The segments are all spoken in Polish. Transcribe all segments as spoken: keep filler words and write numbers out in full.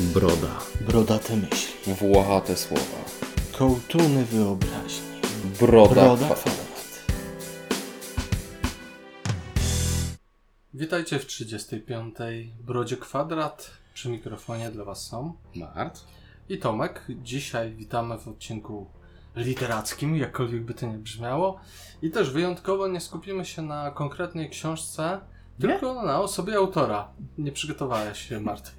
Broda. Brodate myśli. Włochate słowa. Kołtuny wyobraźni. Broda, Broda kwadrat. kwadrat. Witajcie w trzydziestej piątej Brodzie Kwadrat. Przy mikrofonie dla Was są Mart. i Tomek. Dzisiaj witamy w odcinku literackim, jakkolwiek by to nie brzmiało. I też wyjątkowo nie skupimy się na konkretnej książce, Nie? tylko na osobie autora. Nie przygotowałeś się, Mart.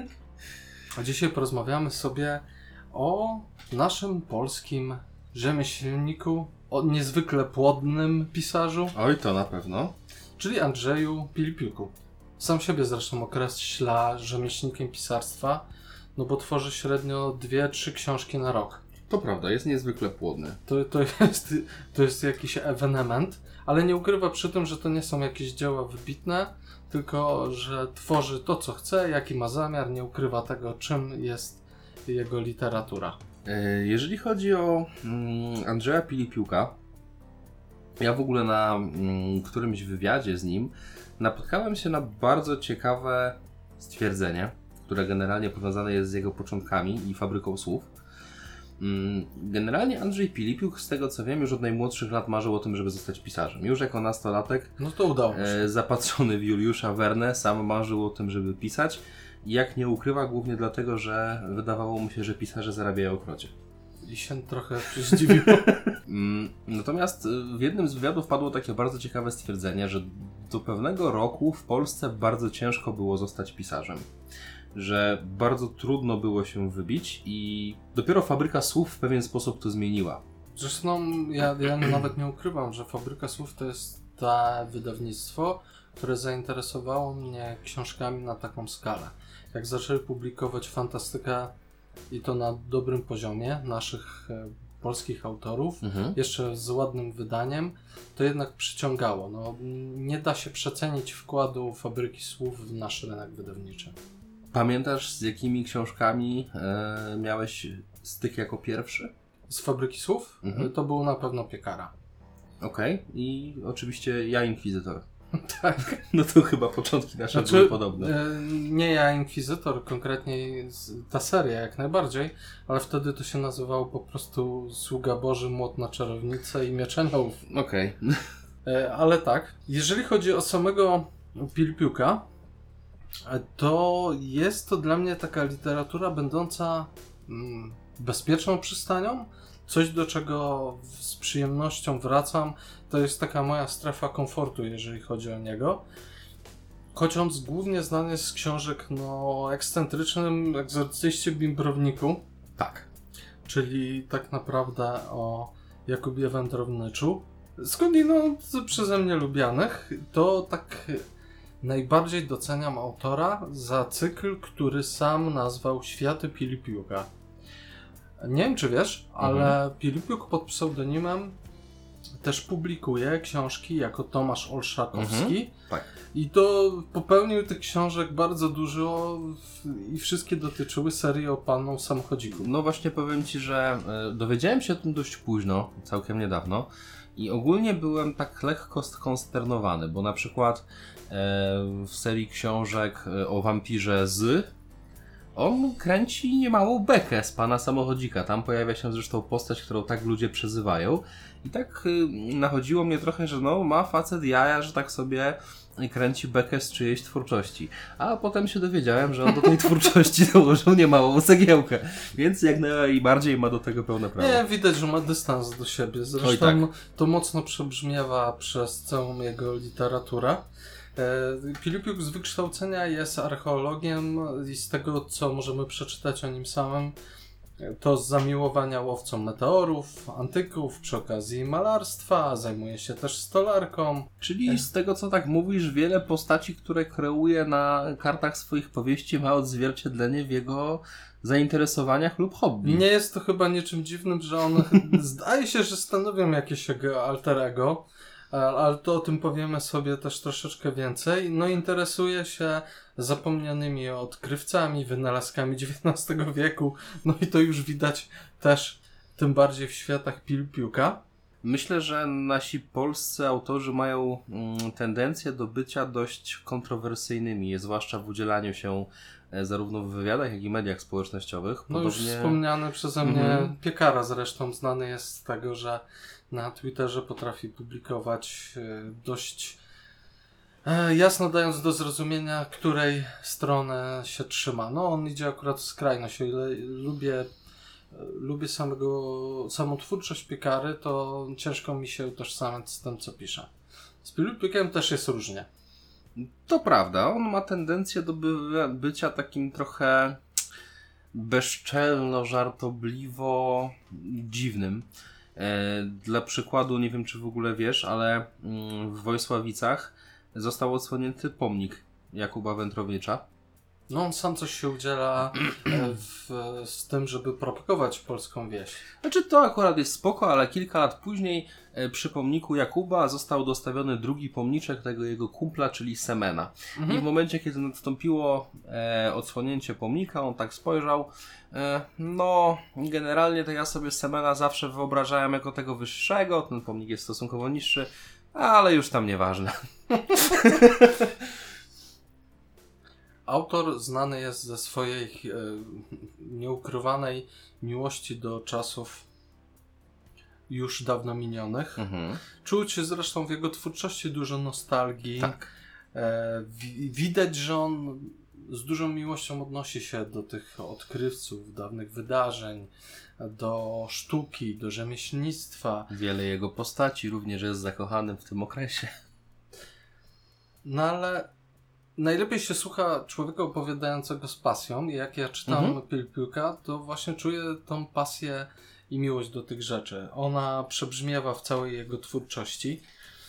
A dzisiaj porozmawiamy sobie o naszym polskim rzemieślniku, o niezwykle płodnym pisarzu, Oj, to na pewno. czyli Andrzeju Pilipiuku. Sam siebie zresztą określa rzemieślnikiem pisarstwa, no bo tworzy średnio dwie, trzy książki na rok. To prawda, jest niezwykle płodny. To, to, jest, to jest jakiś ewenement, ale nie ukrywa przy tym, że to nie są jakieś dzieła wybitne, tylko że tworzy to, co chce, jaki ma zamiar, nie ukrywa tego, czym jest jego literatura. E, Jeżeli chodzi o mm, Andrzeja Pilipiuka, ja w ogóle na mm, którymś wywiadzie z nim napotkałem się na bardzo ciekawe stwierdzenie, które generalnie powiązane jest z jego początkami i fabryką słów. Mm, Generalnie Andrzej Pilipiuk, z tego co wiem, już od najmłodszych lat marzył o tym, żeby zostać pisarzem. Już jako nastolatek, No to udało się. e, zapatrzony w Juliusza Verne, sam marzył o tym, żeby pisać. I jak nie ukrywa, głównie dlatego, że wydawało mu się, że pisarze zarabiają krocie. I się trochę zdziwiło. Mm, Natomiast y, w jednym z wywiadów padło takie bardzo ciekawe stwierdzenie, że do pewnego roku w Polsce bardzo ciężko było zostać pisarzem. Że bardzo trudno było się wybić i dopiero fabryka słów w pewien sposób to zmieniła. Zresztą ja, ja nawet nie ukrywam, że Fabryka Słów to jest to wydawnictwo, które zainteresowało mnie książkami na taką skalę. Jak zaczęli publikować fantastykę i to na dobrym poziomie naszych e, polskich autorów, Mhm. jeszcze z ładnym wydaniem, to jednak przyciągało. No, nie da się przecenić wkładu Fabryki Słów w nasz rynek wydawniczy. Pamiętasz, z jakimi książkami e, miałeś styk jako pierwszy? Z Fabryki Słów Mhm. to był na pewno Piekara. Okej. I oczywiście Ja Inkwizytor. Tak. No to chyba początki nasze Znaczy, były podobne. e, nie ja Inkwizytor, konkretnie z- ta seria jak najbardziej, ale wtedy to się nazywało po prostu Sługa Boży, Młot na Czarownicę i Miecz Aniołów. Okej. E, ale tak, jeżeli chodzi o samego Pilipiuka, e, to jest to dla mnie taka literatura będąca mm, bezpieczną przystanią. Coś, do czego w- z przyjemnością wracam, to jest taka moja strefa komfortu, jeżeli chodzi o niego. Choć on z- głównie znany jest z książek no, ekscentrycznym egzorcyście Bimbrowniku, Tak. czyli tak naprawdę o Jakubie Wędrowniczu. Skądinąd przeze mnie lubianych, to tak najbardziej doceniam autora za cykl, który sam nazwał Światy Pilipiuka. Nie wiem, czy wiesz, ale Pilipiuk pod pseudonimem też publikuje książki jako Tomasz Olszakowski. Tak. I to popełnił tych książek bardzo dużo w- i wszystkie dotyczyły serii o panu samochodziku. No właśnie powiem Ci, że e, dowiedziałem się o tym dość późno, całkiem niedawno i ogólnie byłem tak lekko skonsternowany, bo na przykład e, w serii książek e, o wampirze Z on kręci niemałą bekę z pana samochodzika. Tam pojawia się zresztą postać, którą tak ludzie przezywają i tak y, nachodziło mnie trochę, że no ma facet jaja, że tak sobie kręci bekę z czyjejś twórczości. A potem się dowiedziałem, że on do tej twórczości dołożył niemałą cegiełkę. Więc jak najbardziej ma do tego pełne prawo. Nie, widać, że ma dystans do siebie. Zresztą Oj, tak. to mocno przebrzmiewa przez całą jego literaturę. E, Pilipiuk z wykształcenia jest archeologiem i z tego, co możemy przeczytać o nim samym, to z zamiłowania łowcą meteorów, antyków, przy okazji malarstwa, zajmuje się też stolarką. Czyli z tego, co tak mówisz, wiele postaci, które kreuje na kartach swoich powieści, ma odzwierciedlenie w jego zainteresowaniach lub hobby. Nie jest to chyba niczym dziwnym, że on zdaje się, że stanowią jakieś jego alter ego, ale to o tym powiemy sobie też troszeczkę więcej. No interesuje się zapomnianymi odkrywcami, wynalazkami dziewiętnastego wieku, no i to już widać też tym bardziej w światach Pilipiuka. Myślę, że nasi polscy autorzy mają mm, tendencję do bycia dość kontrowersyjnymi, zwłaszcza w udzielaniu się e, zarówno w wywiadach, jak i mediach społecznościowych. No już Podobnie... wspomniany przeze mnie Mhm. Piekara zresztą znany jest z tego, że na Twitterze potrafi publikować e, dość e, jasno dając do zrozumienia, której strony się trzyma. No on idzie akurat w skrajność, o ile lubię lubię samego, samą twórczość Piekary, to ciężko mi się utożsamiać z tym, co pisze. Z Pilupikiem też jest różnie. To prawda, on ma tendencję do by, bycia takim trochę bezczelno, żartobliwo dziwnym. E, dla przykładu, nie wiem czy w ogóle wiesz, ale mm, w Wojsławicach został odsłonięty pomnik Jakuba Wędrowicza. No on sam coś się udziela e, w, z tym, żeby propagować polską wieś. Znaczy to akurat jest spoko, ale kilka lat później e, przy pomniku Jakuba został dostawiony drugi pomniczek tego jego kumpla, czyli Semena. Mhm. I w momencie, kiedy nastąpiło e, odsłonięcie pomnika, on tak spojrzał. E, no, generalnie to ja sobie Semena zawsze wyobrażałem jako tego wyższego, ten pomnik jest stosunkowo niższy, ale już tam nieważne. Autor znany jest ze swojej e, nieukrywanej miłości do czasów już dawno minionych. Mhm. Czuć zresztą w jego twórczości dużo nostalgii. Tak. E, wi- widać, że on z dużą miłością odnosi się do tych odkrywców, dawnych wydarzeń, do sztuki, do rzemieślnictwa. Wiele jego postaci również jest zakochanym w tym okresie. No ale najlepiej się słucha człowieka opowiadającego z pasją i jak ja czytam Mhm. Piłpiłka, to właśnie czuję tą pasję i miłość do tych rzeczy. Ona przebrzmiewa w całej jego twórczości.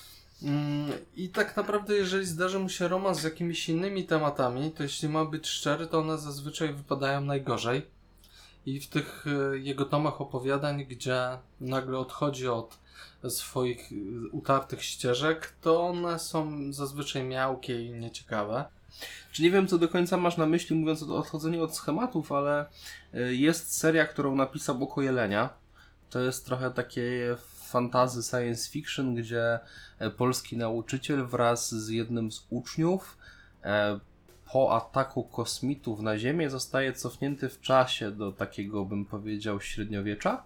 Mm, I tak naprawdę, jeżeli zdarzy mu się romans z jakimiś innymi tematami, to jeśli ma być szczery, to one zazwyczaj wypadają najgorzej. I w tych y, jego tomach opowiadań, gdzie nagle odchodzi od swoich y, utartych ścieżek, to one są zazwyczaj miałkie i nieciekawe. Czy nie wiem, co do końca masz na myśli, mówiąc o odchodzeniu od schematów, ale y, jest seria, którą napisał Oko Jelenia. To jest trochę takie fantasy science fiction, gdzie e, polski nauczyciel wraz z jednym z uczniów e, po ataku kosmitów na Ziemię zostaje cofnięty w czasie do takiego, bym powiedział, średniowiecza,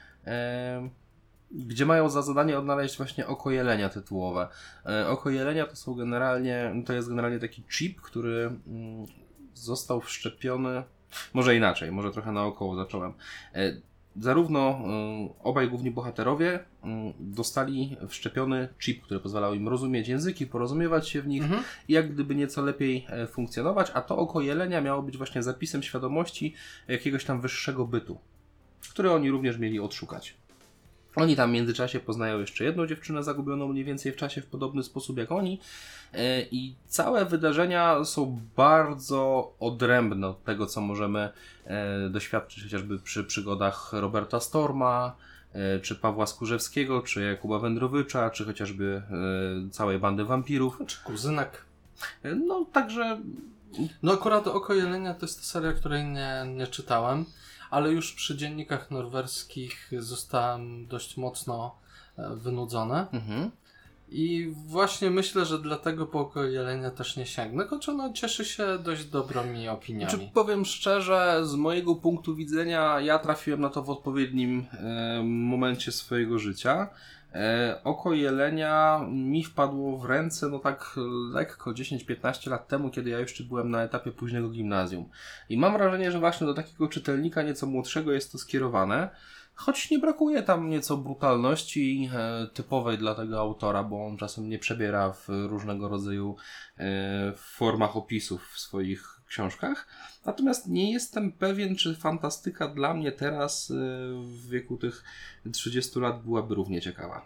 e, gdzie mają za zadanie odnaleźć właśnie Oko Jelenia tytułowe. E, Oko Jelenia to są generalnie, to jest generalnie taki chip, który mm, został wszczepiony, może inaczej, może trochę naokoło zacząłem. E, Zarówno y, obaj główni bohaterowie y, dostali wszczepiony chip, który pozwalał im rozumieć języki, porozumiewać się w nich Mhm. i jak gdyby nieco lepiej e, funkcjonować, a to Oko Jelenia miało być właśnie zapisem świadomości jakiegoś tam wyższego bytu, który oni również mieli odszukać. Oni tam w międzyczasie poznają jeszcze jedną dziewczynę zagubioną mniej więcej w czasie w podobny sposób jak oni e, i całe wydarzenia są bardzo odrębne od tego, co możemy e, doświadczyć chociażby przy przygodach Roberta Storma, e, czy Pawła Skórzewskiego, czy Jakuba Wędrowicza, czy chociażby e, całej bandy wampirów. Czy kuzynek. E, no także No akurat Oko Jelenia to jest ta seria, której nie, nie czytałem, ale już przy dziennikach norweskich zostałem dość mocno e, wynudzony. mhm. I właśnie myślę, że dlatego po Oko Jelenia też nie sięgnę, choć ono cieszy się dość dobrymi opiniami. Znaczy, powiem szczerze, z mojego punktu widzenia ja trafiłem na to w odpowiednim e, momencie swojego życia. E, Oko Jelenia mi wpadło w ręce no tak lekko dziesięć piętnaście lat temu, kiedy ja jeszcze byłem na etapie późnego gimnazjum. I mam wrażenie, że właśnie do takiego czytelnika nieco młodszego jest to skierowane. Choć nie brakuje tam nieco brutalności e, typowej dla tego autora, bo on czasem nie przebiera w różnego rodzaju e, formach opisów w swoich książkach. Natomiast nie jestem pewien, czy fantastyka dla mnie teraz e, w wieku tych trzydziestu lat byłaby równie ciekawa.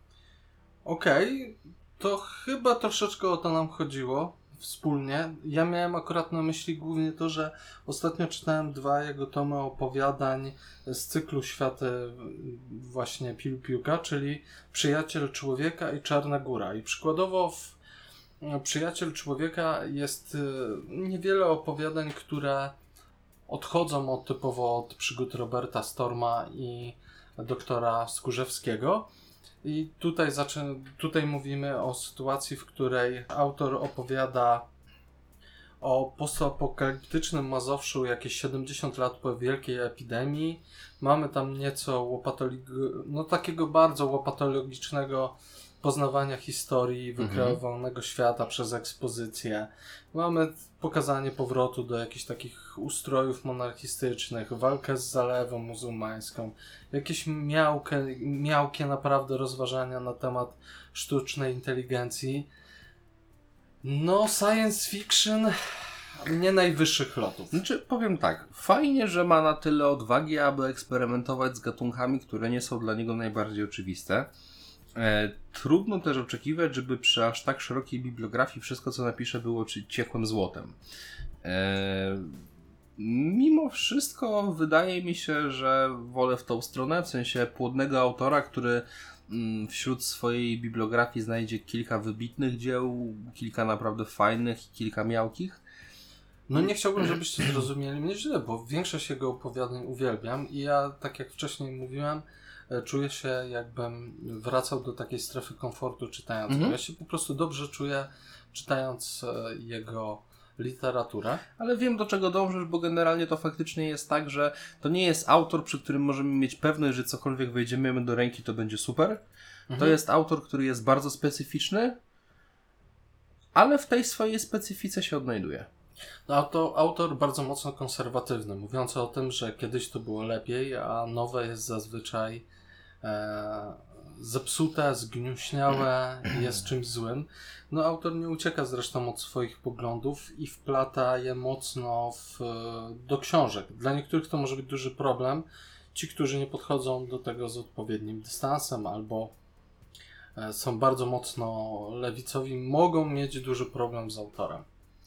Okej, to chyba troszeczkę o to nam chodziło wspólnie. Ja miałem akurat na myśli głównie to, że ostatnio czytałem dwa jego tomy opowiadań z cyklu Światy właśnie Piłpiłka, czyli Przyjaciel Człowieka i Czarna Góra. I przykładowo w Przyjaciel Człowieka jest niewiele opowiadań, które odchodzą od, typowo od przygód Roberta Storma i doktora Skórzewskiego, I tutaj, zaczę... tutaj mówimy o sytuacji, w której autor opowiada o postapokaliptycznym Mazowszu jakieś siedemdziesiąt lat po wielkiej epidemii. Mamy tam nieco łopatolog- no takiego bardzo łopatologicznego poznawania historii, wykreowanego świata przez ekspozycję. Mamy pokazanie powrotu do jakichś takich ustrojów monarchistycznych, walkę z zalewą muzułmańską, jakieś miałkie, miałkie naprawdę rozważania na temat sztucznej inteligencji. No, science fiction nie najwyższych lotów. Znaczy, powiem tak, fajnie, że ma na tyle odwagi, aby eksperymentować z gatunkami, które nie są dla niego najbardziej oczywiste. E, trudno też oczekiwać, żeby przy aż tak szerokiej bibliografii wszystko, co napisze, było czy ciekłym złotem. E, mimo wszystko wydaje mi się, że wolę w tą stronę, w sensie płodnego autora, który mm, wśród swojej bibliografii znajdzie kilka wybitnych dzieł, kilka naprawdę fajnych i kilka miałkich. No nie chciałbym, żebyście zrozumieli mnie źle, bo większość jego opowiadań uwielbiam i ja, tak jak wcześniej mówiłem, czuję się, jakbym wracał do takiej strefy komfortu czytając. Mhm. Ja się po prostu dobrze czuję czytając jego literaturę. Ale wiem, do czego dążysz, bo generalnie to faktycznie jest tak, że to nie jest autor, przy którym możemy mieć pewność, że cokolwiek wejdziemy do ręki, to będzie super. Mhm. To jest autor, który jest bardzo specyficzny, ale w tej swojej specyfice się odnajduje. No, to autor bardzo mocno konserwatywny, mówiący o tym, że kiedyś to było lepiej, a nowe jest zazwyczaj e, zepsute, zgniuśniałe i jest czymś złym. No, autor nie ucieka zresztą od swoich poglądów i wplata je mocno w, do książek. Dla niektórych to może być duży problem. Ci, którzy nie podchodzą do tego z odpowiednim dystansem albo e, są bardzo mocno lewicowi, mogą mieć duży problem z autorem.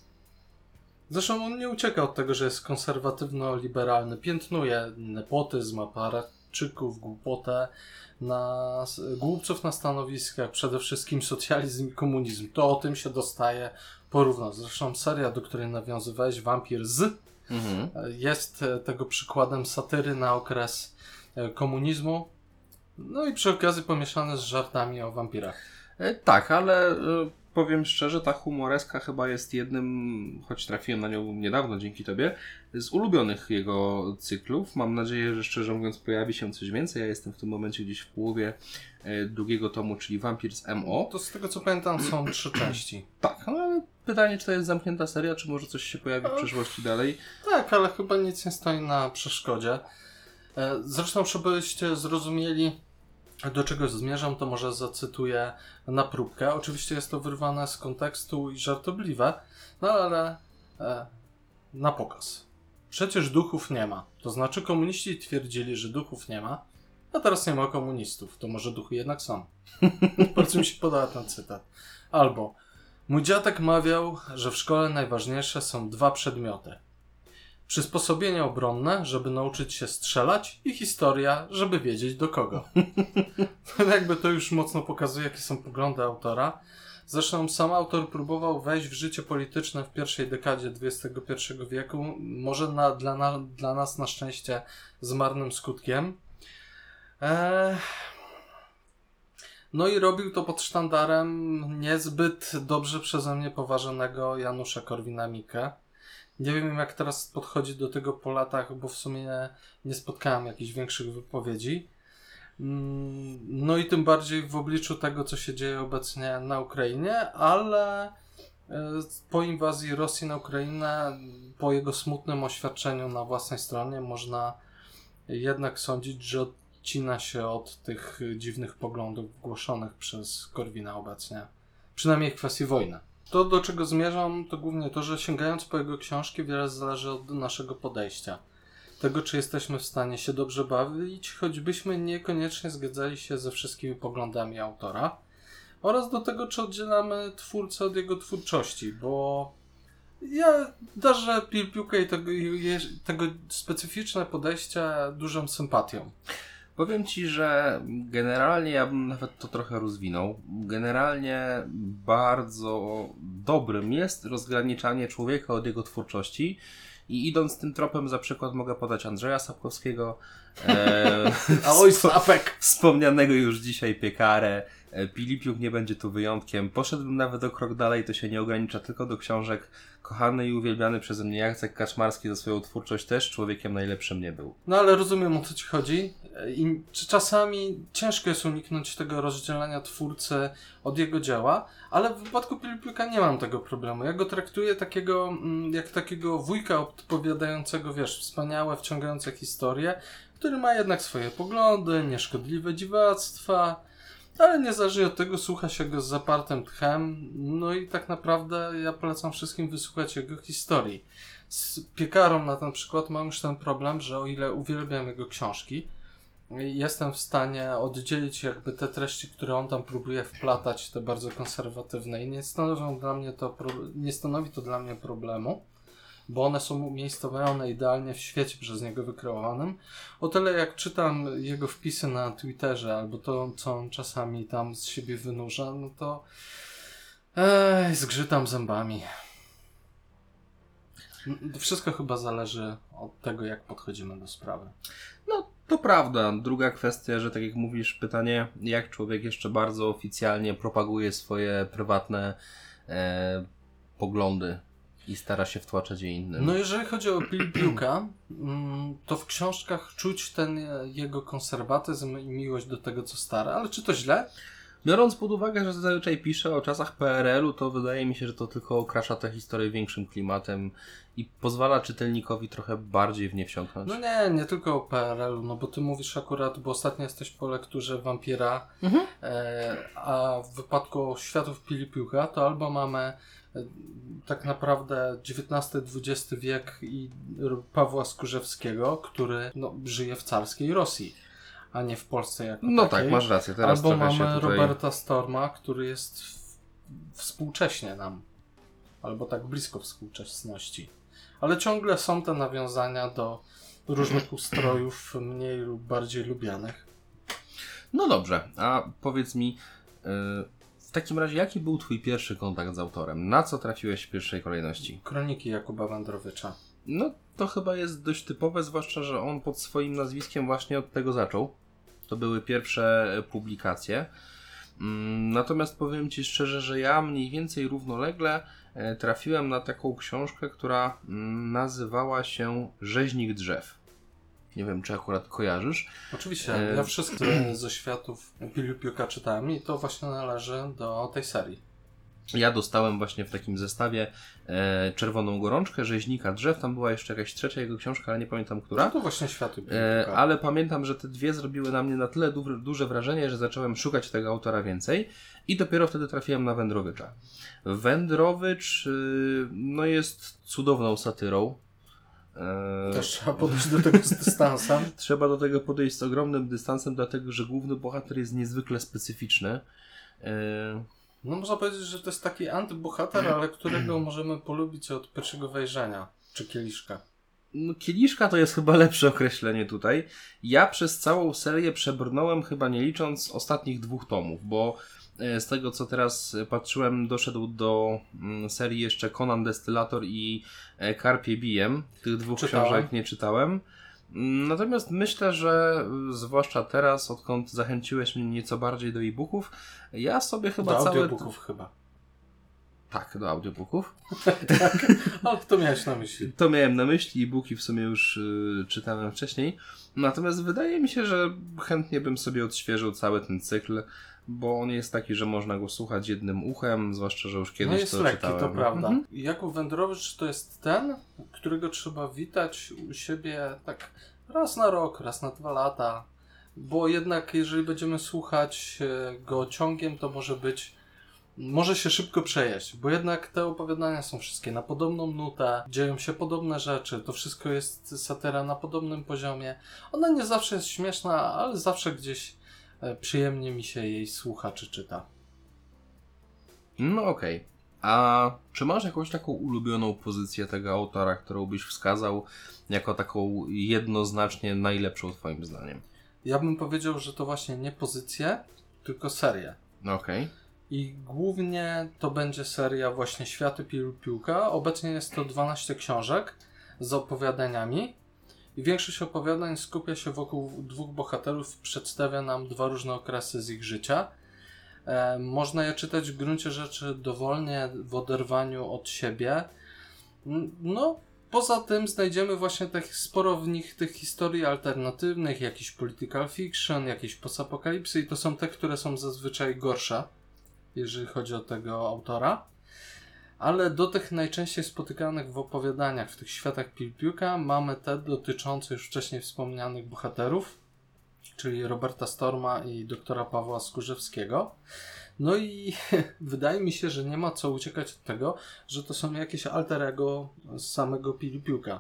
Zresztą on nie ucieka od tego, że jest konserwatywno-liberalny. Piętnuje nepotyzm, aparatczyków, głupotę, na, głupców na stanowiskach, przede wszystkim socjalizm i komunizm. To o tym się dostaje porówno. Zresztą seria, do której nawiązywałeś, Wampir Z, Mhm. jest tego przykładem satyry na okres komunizmu. No i przy okazji pomieszane z żartami o wampirach. E, tak, ale e, powiem szczerze, ta humoreska chyba jest jednym, choć trafiłem na nią niedawno dzięki tobie, z ulubionych jego cyklów. Mam nadzieję, że szczerze mówiąc pojawi się coś więcej. Ja jestem w tym momencie gdzieś w połowie e, drugiego tomu, czyli Wampir z M O. To z tego co pamiętam są trzy części. Tak, no ale pytanie, czy to jest zamknięta seria, czy może coś się pojawi w przyszłości dalej? Tak, ale chyba nic nie stoi na przeszkodzie. E, Zresztą, żebyście zrozumieli, do czego zmierzam, to może zacytuję na próbkę. Oczywiście jest to wyrwane z kontekstu i żartobliwe, no ale e, na pokaz. Przecież duchów nie ma. To znaczy komuniści twierdzili, że duchów nie ma, a teraz nie ma komunistów. To może duchy jednak są. Bardzo mi się podoba ten cytat. Albo mój dziadek mawiał, że w szkole najważniejsze są dwa przedmioty. Przysposobienie obronne, żeby nauczyć się strzelać, i historia, żeby wiedzieć do kogo. Jakby to już mocno pokazuje, jakie są poglądy autora. Zresztą sam autor próbował wejść w życie polityczne w pierwszej dekadzie dwudziestego pierwszego wieku. Może na, dla, na, dla nas na szczęście z marnym skutkiem. Eee... No i robił to pod sztandarem niezbyt dobrze przeze mnie poważanego Janusza Korwina-Mikke. Nie wiem, jak teraz podchodzi do tego po latach, bo w sumie nie spotkałem jakichś większych wypowiedzi. No i tym bardziej w obliczu tego, co się dzieje obecnie na Ukrainie, ale po inwazji Rosji na Ukrainę, po jego smutnym oświadczeniu na własnej stronie, można jednak sądzić, że odcina się od tych dziwnych poglądów głoszonych przez Korwina obecnie. Przynajmniej w kwestii wojny. To, do czego zmierzam, to głównie to, że sięgając po jego książki, wiele zależy od naszego podejścia. Tego, czy jesteśmy w stanie się dobrze bawić, choćbyśmy niekoniecznie zgadzali się ze wszystkimi poglądami autora, oraz do tego, czy oddzielamy twórcę od jego twórczości, bo ja darzę Pilpiuka i tego, tego specyficzne podejście dużą sympatią. Powiem Ci, że generalnie ja bym nawet to trochę rozwinął. Generalnie bardzo dobrym jest rozgraniczanie człowieka od jego twórczości I idąc tym tropem, za przykład mogę podać Andrzeja Sapkowskiego, e, A oj, Sapek! wspomnianego już dzisiaj Piekarę. E, Pilipiuk nie będzie tu wyjątkiem. Poszedłbym nawet o krok dalej, to się nie ogranicza tylko do książek. Kochany i uwielbiany przeze mnie Jacek Kaczmarski za swoją twórczość też człowiekiem najlepszym nie był. No ale rozumiem, o co ci chodzi. I czy czasami ciężko jest uniknąć tego rozdzielania twórcy od jego dzieła, ale w wypadku Pilipiuka nie mam tego problemu. Ja go traktuję takiego, mm, jak takiego wujka opowiadającego, wiesz, wspaniałe, wciągające historie, który ma jednak swoje poglądy, nieszkodliwe dziwactwa, ale niezależnie od tego słucha się go z zapartym tchem. No i tak naprawdę ja polecam wszystkim wysłuchać jego historii. Z Piekarą na ten przykład mam już ten problem, że o ile uwielbiam jego książki, jestem w stanie oddzielić jakby te treści, które on tam próbuje wplatać, te bardzo konserwatywne i nie stanowią dla mnie to, pro... nie stanowi to dla mnie problemu, bo one są umiejscowione idealnie w świecie przez niego wykreowanym. O tyle jak czytam jego wpisy na Twitterze albo to, co on czasami tam z siebie wynurza, no to ej, zgrzytam zębami. Wszystko chyba zależy od tego, jak podchodzimy do sprawy. No, to prawda. Druga kwestia, że tak jak mówisz, pytanie, jak człowiek jeszcze bardzo oficjalnie propaguje swoje prywatne e, poglądy i stara się wtłaczać je innym. No jeżeli chodzi o Pilipiuka, to w książkach czuć ten jego konserwatyzm i miłość do tego, co stare. Ale czy to źle? Biorąc pod uwagę, że zazwyczaj pisze o czasach P R L u, to wydaje mi się, że to tylko okrasza tę historię większym klimatem i pozwala czytelnikowi trochę bardziej w nie wsiąknąć. No nie, nie tylko o P R L u, no bo ty mówisz akurat, bo ostatnio jesteś po lekturze Wampira, Mhm. e, a w wypadku Światów Pilipiuka to albo mamy e, tak naprawdę dziewiętnasty dwudziesty wiek i Pawła Skórzewskiego, który no, żyje w carskiej Rosji, a nie w Polsce jako No takiej. tak, masz rację. Teraz Albo trochę mamy się tutaj... Roberta Storma, który jest w, współcześnie nam. Albo tak blisko współczesności. Ale ciągle są te nawiązania do różnych ustrojów mniej lub bardziej lubianych. No dobrze, a powiedz mi, yy, w takim razie jaki był twój pierwszy kontakt z autorem? Na co trafiłeś w pierwszej kolejności? Kroniki Jakuba Wędrowicza. No to chyba jest dość typowe, zwłaszcza, że on pod swoim nazwiskiem właśnie od tego zaczął. To były pierwsze publikacje. Natomiast powiem Ci szczerze, że ja mniej więcej równolegle trafiłem na taką książkę, która nazywała się Rzeźnik drzew. Nie wiem, czy akurat kojarzysz. Oczywiście, E... ja wszystko ze światów Pilipiuka czytałem i to właśnie należy do tej serii. Ja dostałem właśnie w takim zestawie e, Czerwoną gorączkę, Rzeźnika drzew, tam była jeszcze jakaś trzecia jego książka, ale nie pamiętam która. No to właśnie Światy Pilipiuka. E, ale pamiętam, że te dwie zrobiły na mnie na tyle du- duże wrażenie, że zacząłem szukać tego autora więcej i dopiero wtedy trafiłem na Wędrowicza. Wędrowicz y, no jest cudowną satyrą. E, Też trzeba podejść do tego z dystansem. Trzeba do tego podejść z ogromnym dystansem, dlatego że główny bohater jest niezwykle specyficzny. E, No można powiedzieć, że to jest taki antybohater, ale którego możemy polubić od pierwszego wejrzenia. Czy kieliszka. No, kieliszka to jest chyba lepsze określenie tutaj. Ja przez całą serię przebrnąłem chyba nie licząc ostatnich dwóch tomów, bo e, z tego co teraz patrzyłem doszedł do mm, serii jeszcze Conan Destylator i e, Carpe Diem. Tych dwóch Czytałem. książek nie czytałem. Natomiast myślę, że zwłaszcza teraz, odkąd zachęciłeś mnie nieco bardziej do e-booków, ja sobie chyba Do całe... audiobooków chyba. Tak, do audiobooków. Tak, ale to miałeś na myśli. To miałem na myśli, e-booki w sumie już y, czytałem wcześniej. Natomiast wydaje mi się, że chętnie bym sobie odświeżył cały ten cykl, bo on jest taki, że można go słuchać jednym uchem, zwłaszcza, że już kiedyś No jest to lekki, czytałem. to prawda. Mhm. Jakub Wędrowicz to jest ten, którego trzeba witać u siebie tak raz na rok, raz na dwa lata, bo jednak jeżeli będziemy słuchać e, go ciągiem, to może być może się szybko przejeść, bo jednak te opowiadania są wszystkie na podobną nutę, dzieją się podobne rzeczy, to wszystko jest satyra na podobnym poziomie. Ona nie zawsze jest śmieszna, ale zawsze gdzieś e, przyjemnie mi się jej słucha czy czyta. No okej. Okay. A czy masz jakąś taką ulubioną pozycję tego autora, którą byś wskazał jako taką jednoznacznie najlepszą twoim zdaniem? Ja bym powiedział, że to właśnie nie pozycje, tylko serię. Okej. Okay. I głównie to będzie seria właśnie Światy Pilipiuka. Obecnie jest to dwanaście książek. z opowiadaniami. I większość opowiadań skupia się wokół dwóch bohaterów, przedstawia nam dwa różne okresy z ich życia. E, można je czytać w gruncie rzeczy dowolnie, w oderwaniu od siebie. No, poza tym znajdziemy właśnie tak sporo w nich tych historii alternatywnych, jakiś political fiction, jakieś postapokalipsy i to są te, które są zazwyczaj gorsze, jeżeli chodzi o tego autora. Ale do tych najczęściej spotykanych w opowiadaniach, w tych światach Pilpiuka mamy te dotyczące już wcześniej wspomnianych bohaterów, czyli Roberta Storma i doktora Pawła Skórzewskiego. No i wydaje mi się, że nie ma co uciekać od tego, że to są jakieś alter ego z samego Pilpiuka.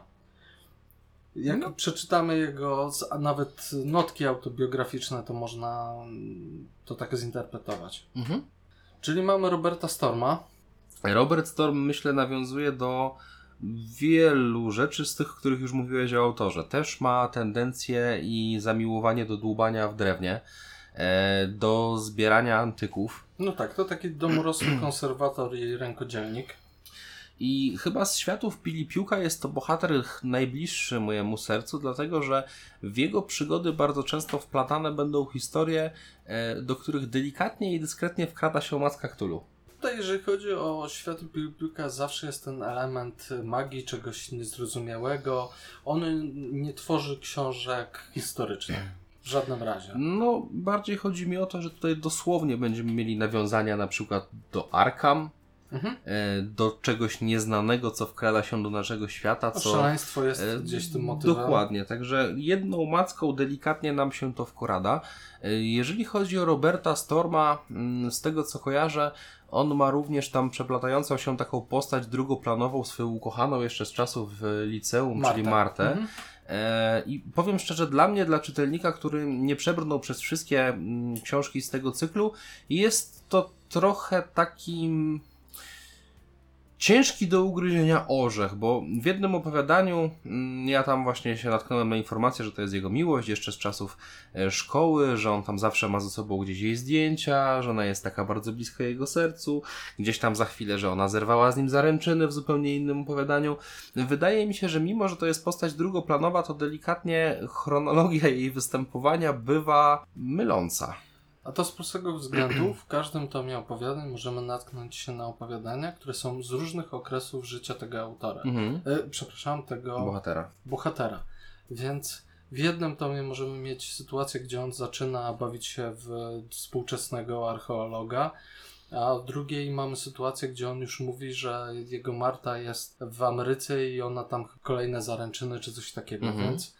Jak no. przeczytamy jego nawet notki autobiograficzne, to można to tak zinterpretować. Mhm. Czyli mamy Roberta Storma. Robert Storm, myślę, nawiązuje do wielu rzeczy z tych, których już mówiłeś o autorze. Też ma tendencję i zamiłowanie do dłubania w drewnie, do zbierania antyków. No tak, to taki domorosły konserwator i rękodzielnik. I chyba z światów Pilipiuka jest to bohater najbliższy mojemu sercu, dlatego że w jego przygody bardzo często wplatane będą historie, do których delikatnie i dyskretnie wkrada się matka Cthulhu. Tutaj, jeżeli chodzi o świat Pilpiuka, zawsze jest ten element magii, czegoś niezrozumiałego. On nie tworzy książek historycznych. W żadnym razie. No, bardziej chodzi mi o to, że tutaj dosłownie będziemy mieli nawiązania na przykład do Arkham, mhm. do czegoś nieznanego, co wkrada się do naszego świata. Co szaleństwo jest gdzieś tym motywem. Dokładnie, także jedną macką delikatnie nam się to wkrada. Jeżeli chodzi o Roberta Storma, z tego co kojarzę, on ma również tam przeplatającą się taką postać drugoplanową, swoją ukochaną jeszcze z czasów liceum, Martę. czyli Martę. Mhm. I powiem szczerze, dla mnie, dla czytelnika, który nie przebrnął przez wszystkie książki z tego cyklu, jest to trochę takim ciężki do ugryzienia orzech, bo w jednym opowiadaniu ja tam właśnie się natknąłem na informację, że to jest jego miłość jeszcze z czasów szkoły, że on tam zawsze ma ze sobą gdzieś jej zdjęcia, że ona jest taka bardzo bliska jego sercu, gdzieś tam za chwilę, że ona zerwała z nim zaręczyny w zupełnie innym opowiadaniu. Wydaje mi się, że mimo, że to jest postać drugoplanowa, to delikatnie chronologia jej występowania bywa myląca. A to z prostego względu, w każdym tomie opowiadań możemy natknąć się na opowiadania, które są z różnych okresów życia tego autora. Mhm. E, przepraszam, tego bohatera. bohatera. Więc w jednym tomie możemy mieć sytuację, gdzie on zaczyna bawić się w współczesnego archeologa, a w drugiej mamy sytuację, gdzie on już mówi, że jego Marta jest w Ameryce i ona tam kolejne zaręczyny czy coś takiego, mhm. więc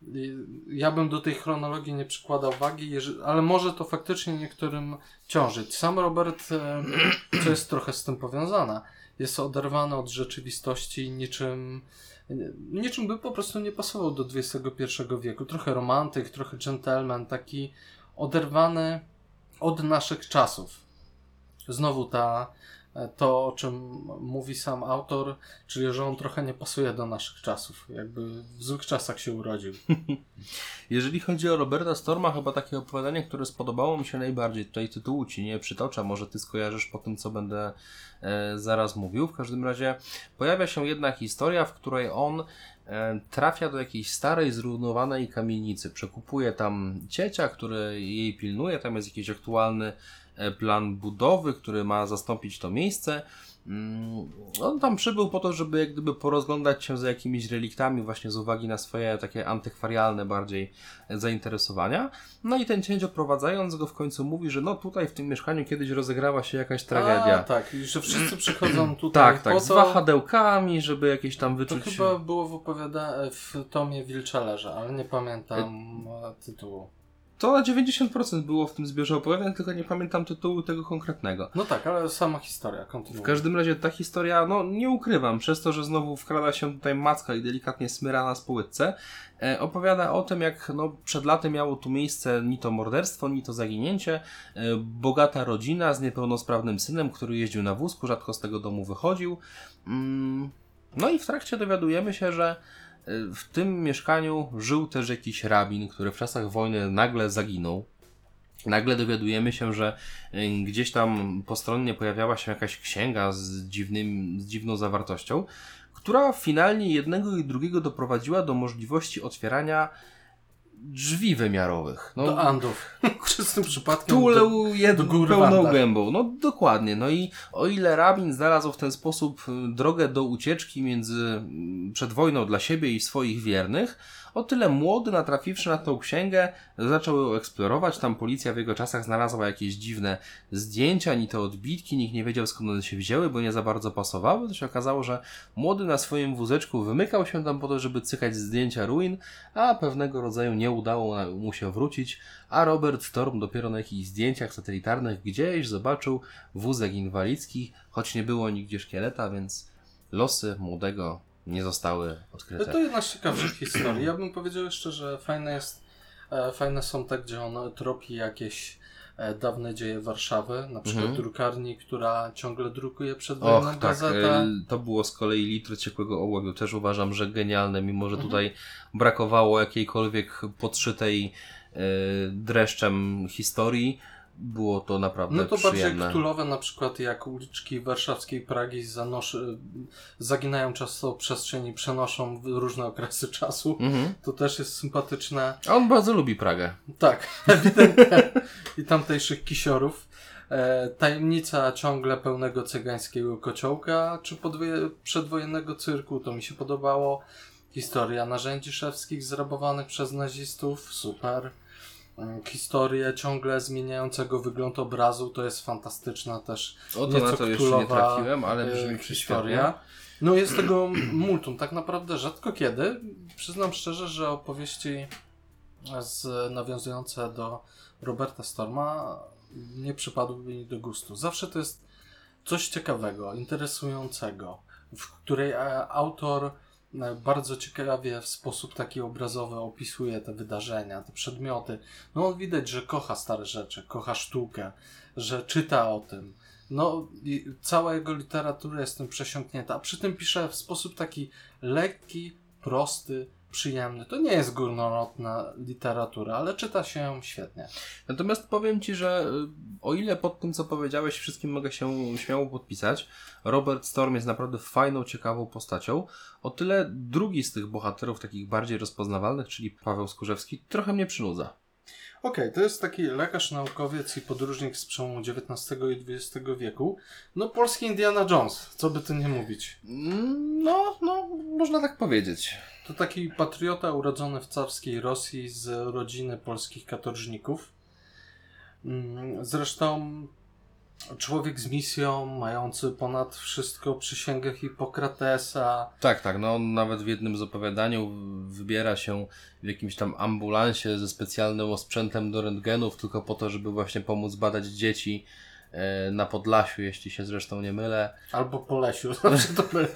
ja bym do tej chronologii nie przykładał wagi, ale może to faktycznie niektórym ciążyć. Sam Robert, co jest trochę z tym powiązane, jest oderwany od rzeczywistości niczym, niczym by po prostu nie pasował do dwudziestego pierwszego wieku. Trochę romantyk, trochę gentleman, taki oderwany od naszych czasów. Znowu ta to, o czym mówi sam autor, czyli że on trochę nie pasuje do naszych czasów. Jakby w złych czasach się urodził. Jeżeli chodzi o Roberta Storma, chyba takie opowiadanie, które spodobało mi się najbardziej, tutaj tytułu ci nie przytoczę, może ty skojarzysz po tym, co będę e, zaraz mówił. W każdym razie pojawia się jedna historia, w której on e, trafia do jakiejś starej, zrujnowanej kamienicy. Przekupuje tam ciecia, który jej pilnuje, tam jest jakiś aktualny plan budowy, który ma zastąpić to miejsce. On tam przybył po to, żeby jak gdyby porozglądać się za jakimiś reliktami właśnie z uwagi na swoje takie antykwarialne bardziej zainteresowania. No i ten księć, oprowadzając go, w końcu mówi, że no tutaj w tym mieszkaniu kiedyś rozegrała się jakaś tragedia. A, tak, i że wszyscy przychodzą tutaj tak, tak, po z to... wahadełkami, żeby jakieś tam wyczuć... To chyba było w opowiada... w tomie Wilczelerza, ale nie pamiętam e... tytułu. To na dziewięćdziesiąt procent było w tym zbiorze opowiadań, tylko nie pamiętam tytułu tego konkretnego. No tak, ale sama historia, kontynuuje. W każdym razie ta historia, no nie ukrywam, przez to, że znowu wkrada się tutaj macka i delikatnie smyra nas po łydce, e, opowiada o tym, jak no, przed laty miało tu miejsce ni to morderstwo, ni to zaginięcie. E, bogata rodzina z niepełnosprawnym synem, który jeździł na wózku, rzadko z tego domu wychodził. Mm, no i w trakcie dowiadujemy się, że w tym mieszkaniu żył też jakiś rabin, który w czasach wojny nagle zaginął. Nagle dowiadujemy się, że gdzieś tam postronnie pojawiała się jakaś księga z, dziwnym, z dziwną zawartością, która finalnie jednego i drugiego doprowadziła do możliwości otwierania drzwi wymiarowych. No, Do Andów. Czystym przypadkiem Tuleu do, jed do gór pełną Wanda. gębą. No dokładnie. No i o ile Rabin znalazł w ten sposób drogę do ucieczki między przed wojną dla siebie i swoich wiernych, o tyle młody, natrafiwszy na tą księgę, zaczął ją eksplorować. Tam policja w jego czasach znalazła jakieś dziwne zdjęcia, ni te odbitki, nikt nie wiedział, skąd one się wzięły, bo nie za bardzo pasowały. To się okazało, że młody na swoim wózeczku wymykał się tam po to, żeby cykać zdjęcia ruin, a pewnego rodzaju nie udało mu się wrócić, a Robert Storm dopiero na jakichś zdjęciach satelitarnych gdzieś zobaczył wózek inwalidzki, choć nie było nigdzie szkieleta, więc losy młodego nie zostały odkryte. To jedna z ciekawszych historii. Ja bym powiedział jeszcze, że fajne jest, e, fajne są te, gdzie on tropi jakieś e, dawne dzieje Warszawy, na przykład Mhm. drukarni, która ciągle drukuje przedwojenną Och, tak, gazetę. e, to było z kolei litr ciepłego ołowiu. Też uważam, że genialne, mimo że Mhm. tutaj brakowało jakiejkolwiek podszytej e, dreszczem historii. Było to naprawdę No to bardziej przyjemne. ktulowe, na przykład jak uliczki warszawskiej Pragi zanosz... zaginają czasową przestrzeń i przenoszą w różne okresy czasu. Mhm. To też jest sympatyczne. A on bardzo lubi Pragę. Tak, ewidentnie. I tamtejszych kisiorów. E, tajemnica ciągle pełnego cygańskiego kociołka, czy podwoje... przedwojennego cyrku, to mi się podobało. Historia narzędzi szewskich zrabowanych przez nazistów, super. Historię ciągle zmieniającego wygląd obrazu, to jest fantastyczna też. O to Nieco na to jeszcze nie ktulowa, trafiłem, ale e, brzmi historia. historia. No jest tego multum, tak naprawdę rzadko kiedy. Przyznam szczerze, że opowieści z, nawiązujące do Roberta Storma nie przypadłyby mi do gustu. Zawsze to jest coś ciekawego, interesującego, w której e, autor bardzo ciekawie w sposób taki obrazowy opisuje te wydarzenia, te przedmioty. No on widać, że kocha stare rzeczy, kocha sztukę, że czyta o tym. No i cała jego literatura jest tym przesiąknięta, a przy tym pisze w sposób taki lekki, prosty, przyjemny. To nie jest górnolotna literatura, ale czyta się ją świetnie. Natomiast powiem Ci, że y, o ile pod tym, co powiedziałeś, wszystkim mogę się śmiało podpisać, Robert Storm jest naprawdę fajną, ciekawą postacią, o tyle drugi z tych bohaterów, takich bardziej rozpoznawalnych, czyli Paweł Skórzewski, trochę mnie przynudza. Okej, okay, to jest taki lekarz, naukowiec i podróżnik z przełomu dziewiętnastego i dwudziestego wieku. No polski Indiana Jones, co by tu nie mówić. Mm, No, no, można tak powiedzieć. To taki patriota urodzony w carskiej Rosji z rodziny polskich katorżników. Mm, Zresztą człowiek z misją, mający ponad wszystko przysięgę Hipokratesa. Tak, tak, no on nawet w jednym z opowiadaniu wybiera się w jakimś tam ambulansie ze specjalnym osprzętem do rentgenów, tylko po to, żeby właśnie pomóc badać dzieci e, na Podlasiu, jeśli się zresztą nie mylę. Albo po Lesiu, zawsze to by...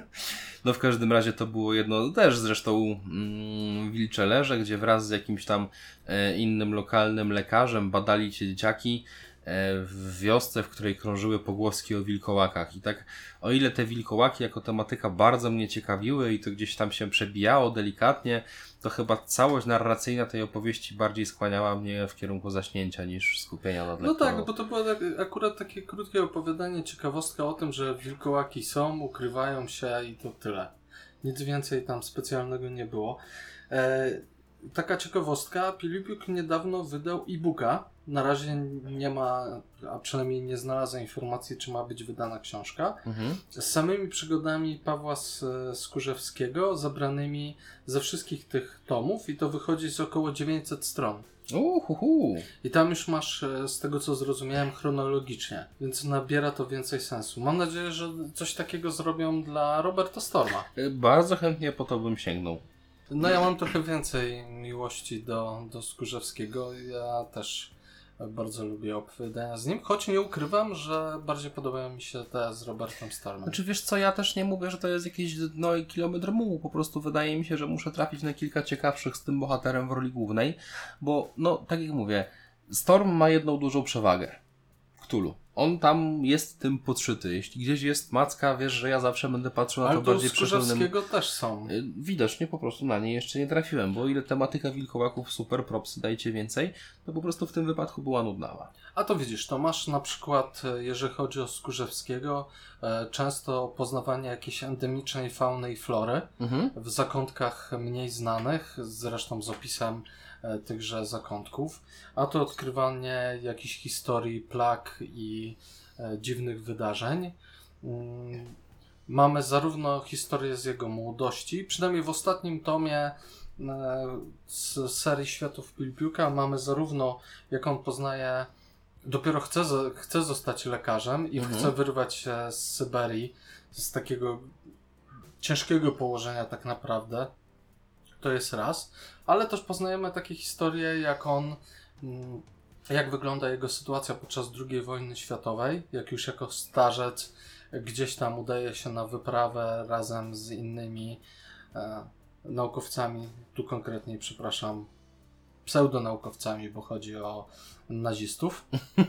No w każdym razie to było jedno, też zresztą mm, Wilcze Leże, gdzie wraz z jakimś tam e, innym lokalnym lekarzem badali ci dzieciaki e, w wiosce, w której krążyły pogłoski o wilkołakach. I tak o ile te wilkołaki jako tematyka bardzo mnie ciekawiły i to gdzieś tam się przebijało delikatnie, to chyba całość narracyjna tej opowieści bardziej skłaniała mnie w kierunku zaśnięcia niż skupienia nad No lekturą. tak, bo to było tak, akurat takie krótkie opowiadanie, ciekawostka o tym, że wilkołaki są, ukrywają się i to tyle. Nic więcej tam specjalnego nie było. E, taka ciekawostka, Pilipiuk niedawno wydał e-booka. Na razie nie ma, a przynajmniej nie znalazłem informacji, czy ma być wydana książka. Mhm. Z samymi przygodami Pawła Skórzewskiego, zebranymi ze wszystkich tych tomów i to wychodzi z około dziewięćset stron. Uhuhu. I tam już masz, e, z tego co zrozumiałem, chronologicznie, więc nabiera to więcej sensu. Mam nadzieję, że coś takiego zrobią dla Roberta Storma. E, Bardzo chętnie po to bym sięgnął. No ja mam trochę więcej miłości do, do Skórzewskiego. Ja też bardzo lubię opowiadania z nim, choć nie ukrywam, że bardziej podobają mi się te z Robertem Stormem. Znaczy wiesz co, ja też nie mówię, że to jest jakieś dno i kilometr mułu, po prostu wydaje mi się, że muszę trafić na kilka ciekawszych z tym bohaterem w roli głównej, bo no, tak jak mówię, Storm ma jedną dużą przewagę. Cthulhu. On tam jest tym podszyty. Jeśli gdzieś jest macka, wiesz, że ja zawsze będę patrzył na Ale to to u bardziej przychylnym... Skórzewskiego też są. Y, Widocznie po prostu na niej jeszcze nie trafiłem, bo o ile tematyka wilkołaków super, propsy dajcie więcej, to po prostu w tym wypadku była nudnawa. A to widzisz, to masz na przykład, e, jeżeli chodzi o Skórzewskiego, często poznawanie jakiejś endemicznej fauny i flory Mhm. w zakątkach mniej znanych, zresztą z opisem e, tychże zakątków, a to odkrywanie jakichś historii, plag i e, dziwnych wydarzeń. Mm, mamy zarówno historię z jego młodości, przynajmniej w ostatnim tomie e, z serii Światów Pilipiuka mamy zarówno jak on poznaje, dopiero chce, zo- chce zostać lekarzem i Mhm. chce wyrwać się z Syberii, z takiego ciężkiego położenia tak naprawdę. To jest raz. Ale też poznajemy takie historie, jak on, mm, jak wygląda jego sytuacja podczas drugiej wojny światowej, jak już jako starzec gdzieś tam udaje się na wyprawę razem z innymi e, naukowcami, tu konkretniej, przepraszam, pseudonaukowcami, bo chodzi o nazistów,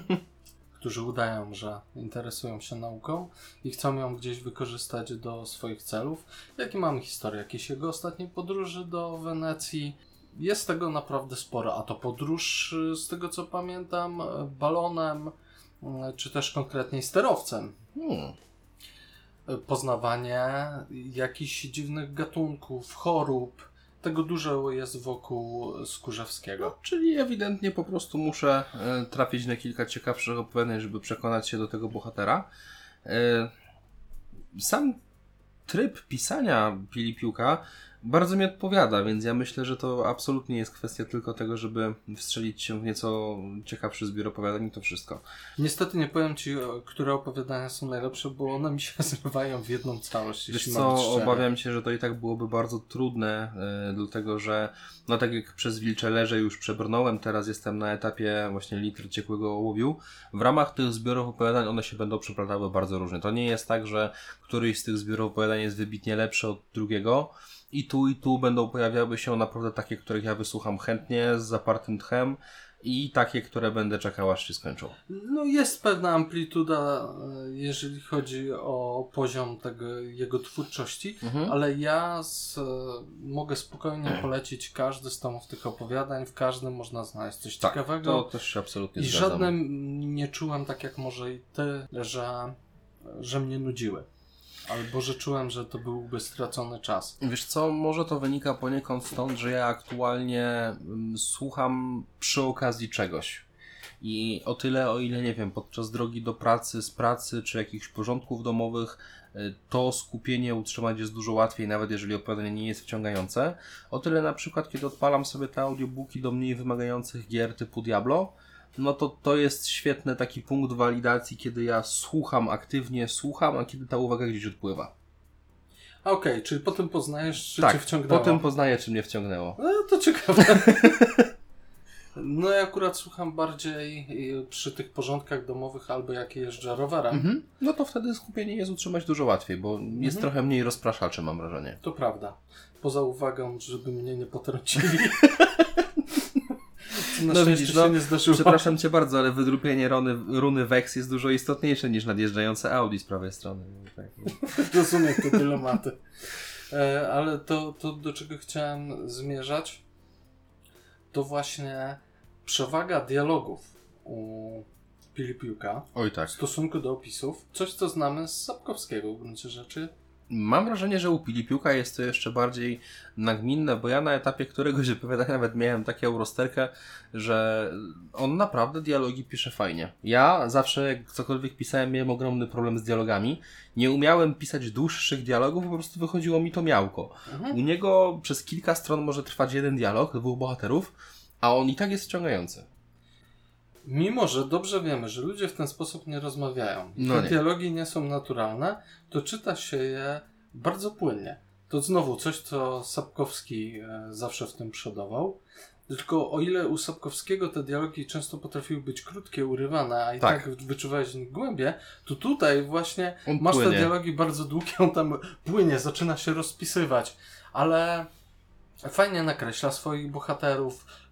którzy udają, że interesują się nauką i chcą ją gdzieś wykorzystać do swoich celów. Jak i mamy historię jakiejś jego ostatniej podróży do Wenecji. Jest tego naprawdę sporo, a to podróż, y, z tego co pamiętam, y, balonem, y, czy też konkretniej sterowcem. Hmm. Y, Poznawanie jakichś dziwnych gatunków, chorób. Tego dużo jest wokół Skórzewskiego. Czyli ewidentnie po prostu muszę e, trafić na kilka ciekawszych opowiadań, żeby przekonać się do tego bohatera. E, sam tryb pisania Pilipiuka bardzo mi odpowiada, więc ja myślę, że to absolutnie jest kwestia tylko tego, żeby wstrzelić się w nieco ciekawszy zbiór opowiadań i to wszystko. Niestety nie powiem Ci, o- które opowiadania są najlepsze, bo one mi się zrywają w jedną całość. Wiesz jeśli mam być co, szczery. obawiam się, że to i tak byłoby bardzo trudne, e, dlatego że no tak jak przez Wilcze Leże już przebrnąłem, teraz jestem na etapie właśnie litr ciekłego ołowiu. W ramach tych zbiorów opowiadań one się będą przeplatały bardzo różnie. To nie jest tak, że któryś z tych zbiorów opowiadań jest wybitnie lepszy od drugiego. I tu, i tu będą pojawiały się naprawdę takie, których ja wysłucham chętnie, z zapartym tchem i takie, które będę czekał, aż się skończą. No jest pewna amplituda, e, jeżeli chodzi o poziom tego, jego twórczości, Mhm. ale ja z, e, mogę spokojnie polecić każdy z tomów tych opowiadań, w każdym można znaleźć coś Tak, ciekawego. to też się absolutnie I zgadzam. żadnym nie czułem, tak jak może i ty, że, że mnie nudziły. Albo że czułem, że to byłby stracony czas. Wiesz co, może to wynika poniekąd stąd, że ja aktualnie mm, słucham przy okazji czegoś. I o tyle, o ile nie wiem, podczas drogi do pracy, z pracy, czy jakichś porządków domowych, y, to skupienie utrzymać jest dużo łatwiej, nawet jeżeli opowiadanie nie jest wciągające. O tyle na przykład, kiedy odpalam sobie te audiobooki do mniej wymagających gier typu Diablo, no to to jest świetny taki punkt walidacji, kiedy ja słucham, aktywnie słucham, a kiedy ta uwaga gdzieś odpływa. A Okej, czyli potem poznajesz, czy tak, cię wciągnęło. potem poznaję, czy mnie wciągnęło. No to ciekawe. No ja akurat słucham bardziej y, przy tych porządkach domowych albo jak jeżdżę rowerem. Mhm. No to wtedy skupienie jest utrzymać dużo łatwiej, bo jest Mhm. trochę mniej rozpraszaczy, mam wrażenie. To prawda. Poza uwagą, żeby mnie nie potrącili. Co na No szczęście widzisz, się no, nie zdarzyło. Przepraszam Cię bardzo, ale wydrupienie runy, runy Vex jest dużo istotniejsze niż nadjeżdżające Audi z prawej strony. Tak. Rozumiem te dylematy. E, ale to, to, do czego chciałem zmierzać, to właśnie przewaga dialogów u Pilipiuka Oj tak. w stosunku do opisów. Coś, co znamy z Sapkowskiego w gruncie rzeczy. Mam wrażenie, że u Pilipiuka jest to jeszcze bardziej nagminne, bo ja na etapie któregoś opowiadania nawet miałem taką rozterkę, że on naprawdę dialogi pisze fajnie. Ja zawsze, jak cokolwiek pisałem, miałem ogromny problem z dialogami. Nie umiałem pisać dłuższych dialogów, po prostu wychodziło mi to miałko. Mhm. U niego przez kilka stron może trwać jeden dialog, dwóch bohaterów, a on i tak jest wciągający. Mimo, że dobrze wiemy, że ludzie w ten sposób nie rozmawiają, No te nie. dialogi nie są naturalne, to czyta się je bardzo płynnie. To znowu coś, co Sapkowski e, zawsze w tym przodował. Tylko o ile u Sapkowskiego te dialogi często potrafiły być krótkie, urywane, a i tak, Tak. wyczuwałeś w nich głębie, to tutaj właśnie On masz płynie. te dialogi bardzo długie, on tam płynie, zaczyna się rozpisywać, ale fajnie nakreśla swoich bohaterów,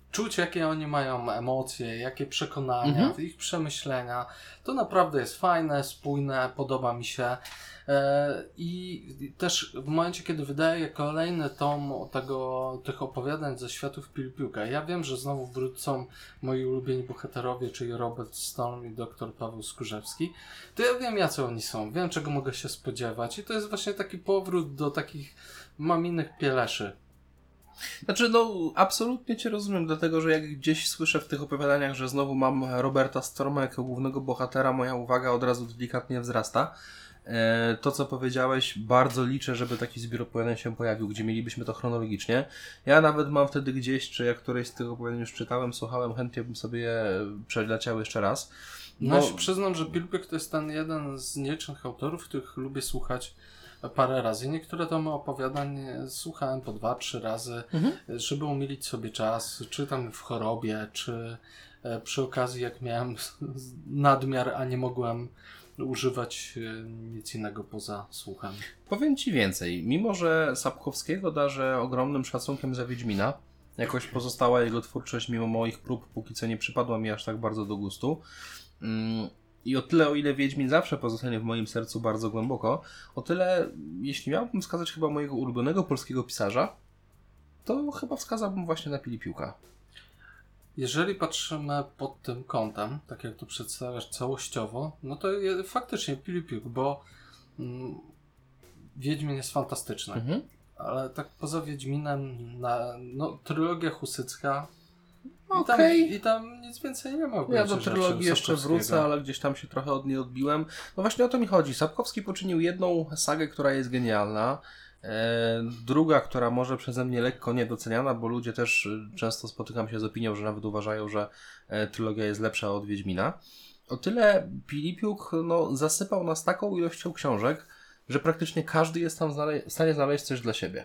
czuć, jakie oni mają emocje, jakie przekonania, Mhm. ich przemyślenia. To naprawdę jest fajne, spójne, podoba mi się. E, I też w momencie, kiedy wydaje kolejny tom tego, tych opowiadań ze światów Pilipiuka, ja wiem, że znowu wrócą moi ulubieni bohaterowie, czyli Robert Stone i dr Paweł Skórzewski, to ja wiem, jacy oni są, wiem, czego mogę się spodziewać i to jest właśnie taki powrót do takich maminych pieleszy. Znaczy, no, absolutnie Cię rozumiem, dlatego że jak gdzieś słyszę w tych opowiadaniach, że znowu mam Roberta Storma jako głównego bohatera, moja uwaga od razu delikatnie wzrasta. E, To, co powiedziałeś, bardzo liczę, żeby taki zbiór opowiadań się pojawił, gdzie mielibyśmy to chronologicznie. Ja nawet mam wtedy gdzieś, czy jak któreś z tych opowiadań już czytałem, słuchałem, chętnie bym sobie je przeleciał jeszcze raz. No, ja się przyznam, że Pilipiuk to jest ten jeden z nielicznych autorów, których lubię słuchać parę razy. Niektóre tomy opowiadań słuchałem po dwa, trzy razy, Mhm. żeby umilić sobie czas, czy tam w chorobie, czy e, przy okazji, jak miałem nadmiar, a nie mogłem używać e, nic innego poza słuchem. Powiem Ci więcej. Mimo, że Sapkowskiego darzę ogromnym szacunkiem za Wiedźmina, jakoś pozostała jego twórczość, mimo moich prób, póki co nie przypadła mi aż tak bardzo do gustu. Mm, I o tyle, o ile Wiedźmin zawsze pozostanie w moim sercu bardzo głęboko, o tyle, jeśli miałbym wskazać chyba mojego ulubionego polskiego pisarza, to chyba wskazałbym właśnie na Pilipiuka. Jeżeli patrzymy pod tym kątem, tak jak tu przedstawiasz całościowo, no to je, faktycznie Pilipiuk, bo mm, Wiedźmin jest fantastyczny. Mhm. Ale tak poza Wiedźminem, na, no, trylogia husycka i, tam, Okej. i tam nic więcej nie ma. w Ja gruncie do rzeczy trylogii jeszcze Sapkowskiego. wrócę, ale gdzieś tam się trochę od niej odbiłem. No właśnie o to mi chodzi. Sapkowski poczynił jedną sagę, która jest genialna. E, druga, która może przeze mnie lekko niedoceniana, bo ludzie też e, często spotykam się z opinią, że nawet uważają, że e, trylogia jest lepsza od Wiedźmina. O tyle Pilipiuk no, zasypał nas taką ilością książek, że praktycznie każdy jest tam znale- w stanie znaleźć coś dla siebie.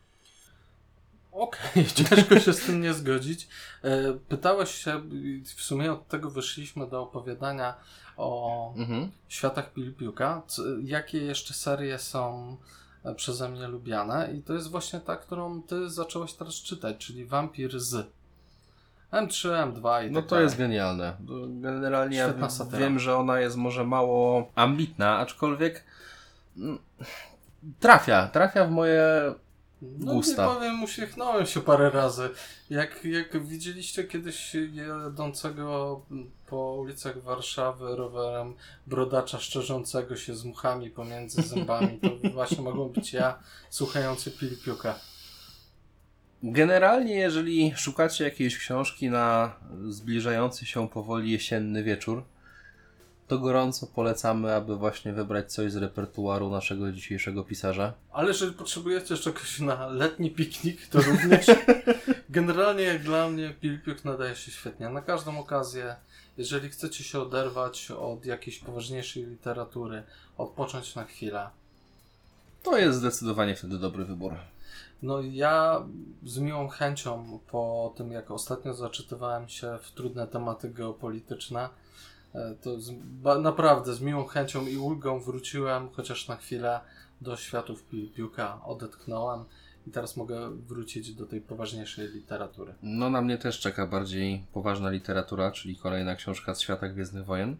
Okej, ciężko się z tym nie zgodzić. E, Pytałeś się, i w sumie od tego wyszliśmy do opowiadania o Mhm. światach Pilipiuka. Co, jakie jeszcze serie są e, przeze mnie lubiane? I to jest właśnie ta, którą ty zacząłeś teraz czytać, czyli Wampir z M trzy, M dwa i No tak to dalej. jest genialne. To Generalnie ja Świetna w- satyra. wiem, że ona jest może mało ambitna, aczkolwiek mm, trafia, trafia w moje No gusta. nie powiem, uśmiechnąłem się parę razy. Jak, jak widzieliście kiedyś jadącego po ulicach Warszawy rowerem brodacza szczerzącego się z muchami pomiędzy zębami, to właśnie mogą być ja słuchający Pilipiuka. Generalnie, jeżeli szukacie jakiejś książki na zbliżający się powoli jesienny wieczór, to gorąco polecamy, aby właśnie wybrać coś z repertuaru naszego dzisiejszego pisarza. Ale jeżeli potrzebujecie czegoś na letni piknik, to również generalnie jak dla mnie Pilipiuk nadaje się świetnie na każdą okazję. Jeżeli chcecie się oderwać od jakiejś poważniejszej literatury, odpocząć na chwilę. To jest zdecydowanie wtedy dobry wybór. No ja z miłą chęcią po tym, jak ostatnio zaczytywałem się w trudne tematy geopolityczne, e, to z, ba, naprawdę z miłą chęcią i ulgą wróciłem chociaż na chwilę do światów Pilipiuka, odetchnąłem i teraz mogę wrócić do tej poważniejszej literatury. No na mnie też czeka bardziej poważna literatura, czyli kolejna książka z świata Gwiezdnych Wojen.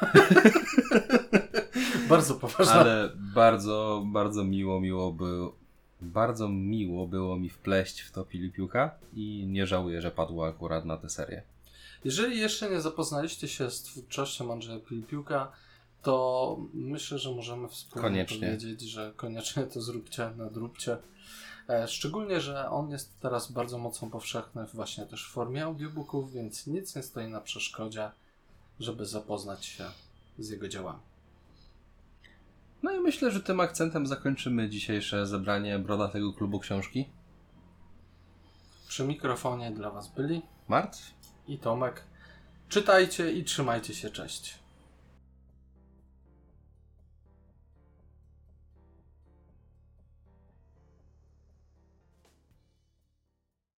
Bardzo poważna. Ale bardzo, bardzo miło, miło było, bardzo miło było mi wpleść w to Pilipiuka i nie żałuję, że padło akurat na tę serię. Jeżeli jeszcze nie zapoznaliście się z twórczością Andrzeja Pilipiuka, to myślę, że możemy wspólnie Koniecznie. powiedzieć, że koniecznie to zróbcie, nadróbcie. E, Szczególnie, że on jest teraz bardzo mocno powszechny właśnie też w formie audiobooków, więc nic nie stoi na przeszkodzie, żeby zapoznać się z jego dziełami. No i myślę, że tym akcentem zakończymy dzisiejsze zebranie Brodatego Klubu Książki. Przy mikrofonie dla Was byli Martw? i Tomek. Czytajcie i trzymajcie się, cześć.